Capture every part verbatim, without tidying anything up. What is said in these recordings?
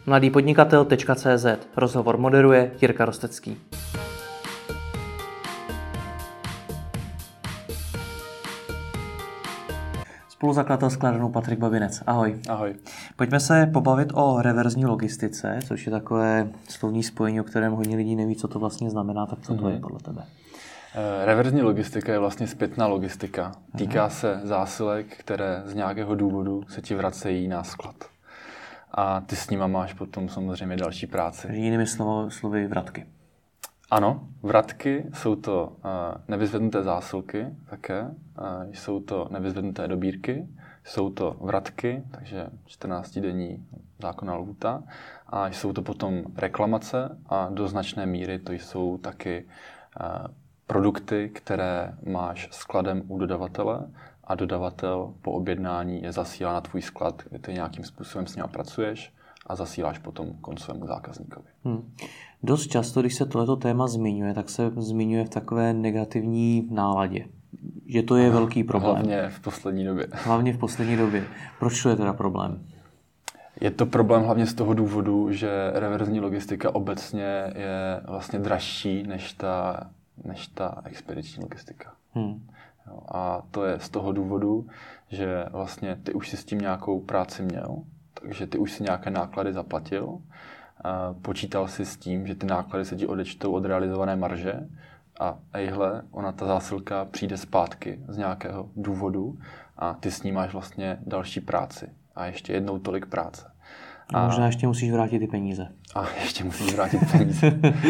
mladýpodnikatel tečka cé zet. Rozhovor moderuje Jirka Rostecký. Spoluzakladatel Skladronu Patrik Babinec. Ahoj. Ahoj. Pojďme se pobavit o reverzní logistice, což je takové slovní spojení, o kterém hodně lidí neví, co to vlastně znamená. Tak co to je podle tebe? Reverzní logistika je vlastně zpětná logistika. Týká se zásilek, které z nějakého důvodu se ti vracejí na sklad. A ty s nima máš potom samozřejmě další práci. Jinými slovy, slovy vratky. Ano, vratky jsou to uh, nevyzvednuté zásilky také, uh, jsou to nevyzvednuté dobírky, jsou to vratky, takže čtrnáctidenní zákonná lhůta, a jsou to potom reklamace a do značné míry to jsou taky uh, produkty, které máš skladem u dodavatele a dodavatel po objednání je zasílá na tvůj sklad, kde ty nějakým způsobem s ním pracuješ a zasíláš potom koncovému zákazníkovi. Hmm. Dost často, když se tohleto téma zmiňuje, tak se zmiňuje v takové negativní náladě. Že to je Aha, velký problém. Hlavně v poslední době. Hlavně v poslední době. Proč to je teda problém? Je to problém hlavně z toho důvodu, že reverzní logistika obecně je vlastně dražší než ta, než ta expediční logistika. Hmm. Jo, a to je z toho důvodu, že vlastně ty už si s tím nějakou práci měl, takže ty už si nějaké náklady zaplatil, počítal si s tím, že ty náklady se ti odečtou od realizované marže a ejhle, ona ta zásilka přijde zpátky z nějakého důvodu a ty s ní máš vlastně další práci a ještě jednou tolik práce. A možná ještě musíš vrátit ty peníze. A ještě musíš vrátit peníze.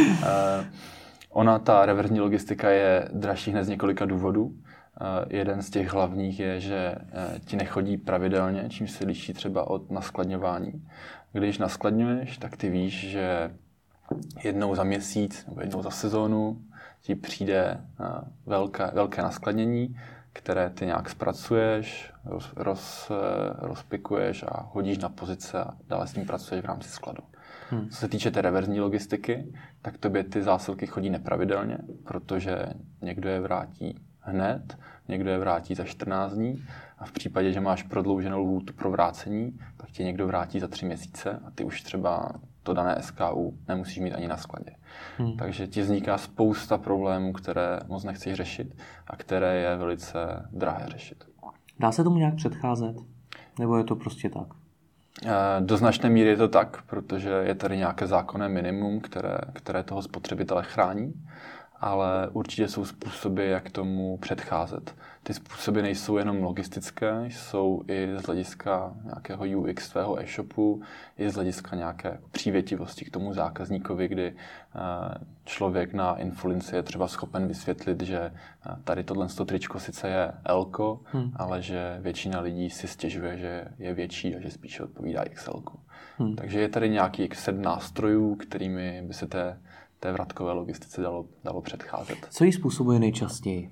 Ona, ta reverzní logistika, je dražší hned z několika důvodů. Uh, jeden z těch hlavních je, že uh, ti nechodí pravidelně, čím se liší třeba od naskladňování. Když naskladňuješ, tak ty víš, že jednou za měsíc nebo jednou za sezónu ti přijde uh, velké, velké naskladnění, které ty nějak zpracuješ, roz, roz, rozpikuješ a hodíš na pozice a dále s ním pracuješ v rámci skladu. Hmm. Co se týče té reverzní logistiky, tak tobě ty zásilky chodí nepravidelně, protože někdo je vrátí hned, někdo je vrátí za čtrnáct dní a v případě, že máš prodlouženou lhůtu pro vrácení, tak tě někdo vrátí za tři měsíce a ty už třeba to dané S K U nemusíš mít ani na skladě. Hmm. Takže ti vzniká spousta problémů, které moc nechceš řešit a které je velice drahé řešit. Dá se tomu nějak předcházet? Nebo je to prostě tak? Do značné míry je to tak, protože je tady nějaké zákonné minimum, které, které toho spotřebitele chrání, ale určitě jsou způsoby, jak tomu předcházet. Ty způsoby nejsou jenom logistické, jsou i z hlediska nějakého U X tvého e-shopu, i z hlediska nějaké přívětivosti k tomu zákazníkovi, kdy člověk na infolinci je třeba schopen vysvětlit, že tady tohle tričko sice je L-ko, hmm. ale že většina lidí si stěžuje, že je větší a že spíše odpovídá X L-ku. Hmm. Takže je tady nějaký set nástrojů, kterými by se té té vratkové logistice dalo, dalo předcházet. Co jí způsobuje nejčastěji?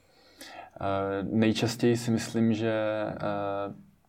Uh, nejčastěji si myslím, že uh,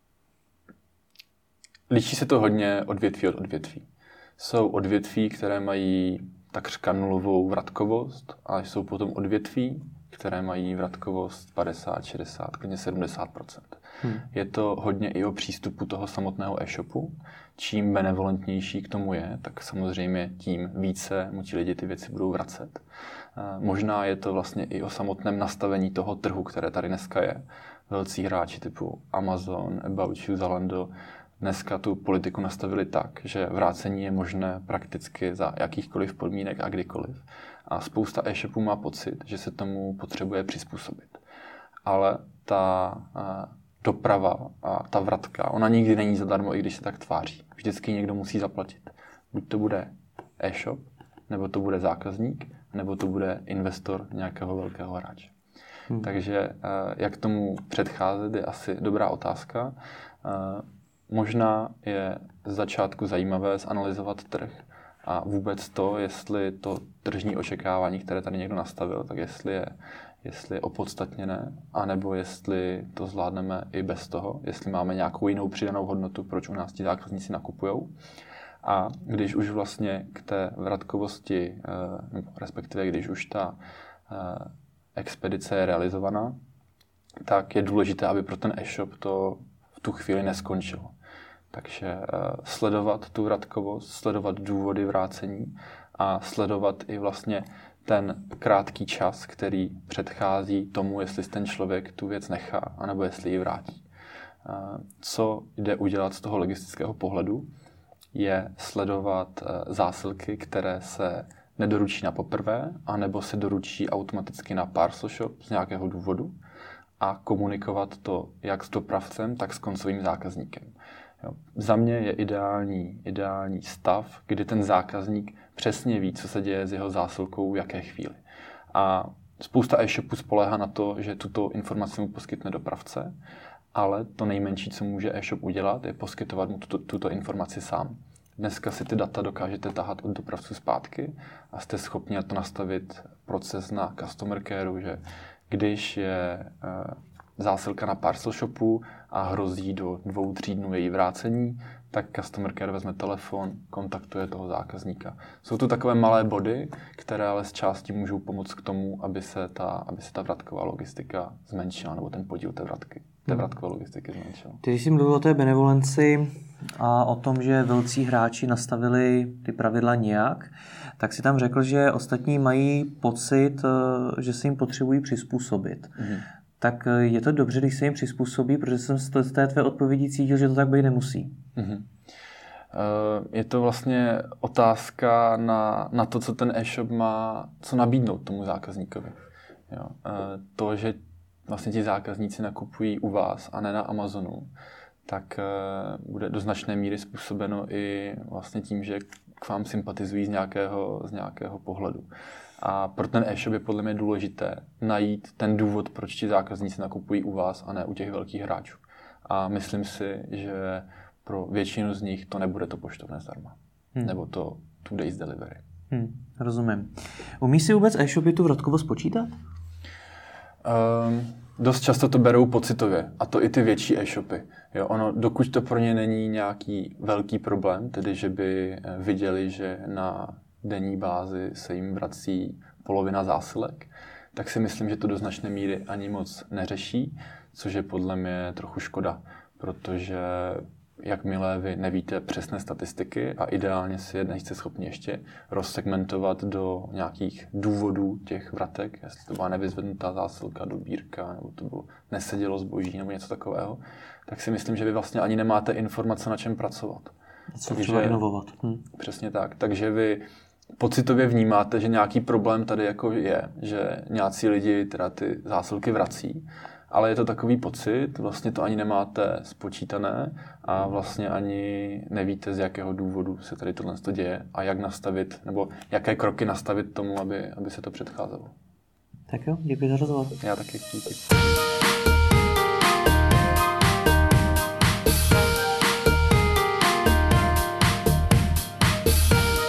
liší se to hodně odvětví od odvětví. Jsou odvětví, které mají takřka nulovou vratkovost a jsou potom odvětví, které mají vratkovost padesát, šedesát, klidně sedmdesát procent. Hmm. Je to hodně i o přístupu toho samotného e-shopu. Čím benevolentnější k tomu je, tak samozřejmě tím více mu ti lidi ty věci budou vracet. Možná je to vlastně i o samotném nastavení toho trhu, které tady dneska je. Velcí hráči typu Amazon, About You, Zalando dneska tu politiku nastavili tak, že vrácení je možné prakticky za jakýchkoliv podmínek a kdykoliv. A spousta e-shopů má pocit, že se tomu potřebuje přizpůsobit. Ale ta doprava a ta vratka, ona nikdy není zadarmo, i když se tak tváří. Vždycky někdo musí zaplatit. Buď to bude e-shop, nebo to bude zákazník, nebo to bude investor nějakého velkého hráče. Hmm. Takže jak tomu předcházet, je asi dobrá otázka. Možná je z začátku zajímavé zanalyzovat trh a vůbec to, jestli to tržní očekávání, které tady někdo nastavil, tak jestli je jestli je opodstatněné, anebo jestli to zvládneme i bez toho, jestli máme nějakou jinou přidanou hodnotu, proč u nás ti zákazníci nakupujou. A když už vlastně k té vratkovosti, respektive když už ta expedice je realizovaná, tak je důležité, aby pro ten e-shop to v tu chvíli neskončilo. Takže sledovat tu vratkovost, sledovat důvody vrácení a sledovat i vlastně ten krátký čas, který předchází tomu, jestli ten člověk tu věc nechá, anebo jestli ji vrátí. Co jde udělat z toho logistického pohledu, je sledovat zásilky, které se nedoručí na poprvé, anebo se doručí automaticky na parcel shop z nějakého důvodu a komunikovat to jak s dopravcem, tak s koncovým zákazníkem. Jo. Za mě je ideální, ideální stav, kdy ten zákazník přesně ví, co se děje s jeho zásilkou v jaké chvíli. A spousta e-shopů spoléhá na to, že tuto informaci mu poskytne dopravce, ale to nejmenší, co může e-shop udělat, je poskytovat mu tuto, tuto informaci sám. Dneska si ty data dokážete tahat od dopravců zpátky a jste schopni na to nastavit proces na customer careu, že když je e, zásilka na parcel shopu a hrozí do dvou, tří dnů její vrácení, tak customer care vezme telefon, kontaktuje toho zákazníka. Jsou to takové malé body, které ale z části můžou pomoct k tomu, aby se ta, aby se ta vratková logistika zmenšila, nebo ten podíl té vratky, té vratkové logistiky zmenšil. Ty jsi mluvil o té benevolenci a o tom, že velcí hráči nastavili ty pravidla nějak, tak si tam řekl, že ostatní mají pocit, že se jim potřebují přizpůsobit. Mm-hmm. Tak je to dobře, když se jim přizpůsobí, protože jsem z té tvé odpovědi cítil, že to tak být nemusí. Mm-hmm. Je to vlastně otázka na, na to, co ten e-shop má, co nabídnout tomu zákazníkovi. Jo. To, že vlastně ti zákazníci nakupují u vás a ne na Amazonu, tak bude do značné míry způsobeno i vlastně tím, že k vám sympatizují z nějakého, z nějakého pohledu. A pro ten e-shop je podle mě důležité najít ten důvod, proč ti zákazníci nakupují u vás a ne u těch velkých hráčů. A myslím si, že pro většinu z nich to nebude to poštovné zdarma. Hmm. Nebo to two days delivery. Hmm, rozumím. Umí si vůbec e-shopy tu vratkovost počítat? Um, dost často to berou pocitově. A to i ty větší e-shopy. Jo, ono, dokud to pro ně není nějaký velký problém, tedy že by viděli, že na denní bázi se jim vrací polovina zásilek, tak si myslím, že to do značné míry ani moc neřeší, což je podle mě trochu škoda, protože jakmile vy nevíte přesné statistiky a ideálně si je nejste schopni ještě rozsegmentovat do nějakých důvodů těch vratek, jestli to byla nevyzvednutá zásilka, dobírka, nebo to bylo nesedělo zboží, nebo něco takového, tak si myslím, že vy vlastně ani nemáte informace, na čem pracovat. Co třeba inovovat. Hm. Přesně tak. Takže vy pocitově vnímáte, že nějaký problém tady jako je, že nějací lidi teda ty zásilky vrací, ale je to takový pocit, vlastně to ani nemáte spočítané a vlastně ani nevíte, z jakého důvodu se tady tohle děje a jak nastavit, nebo jaké kroky nastavit tomu, aby, aby se to předcházelo. Tak jo, děkuji za rozhovor. Já taky díky.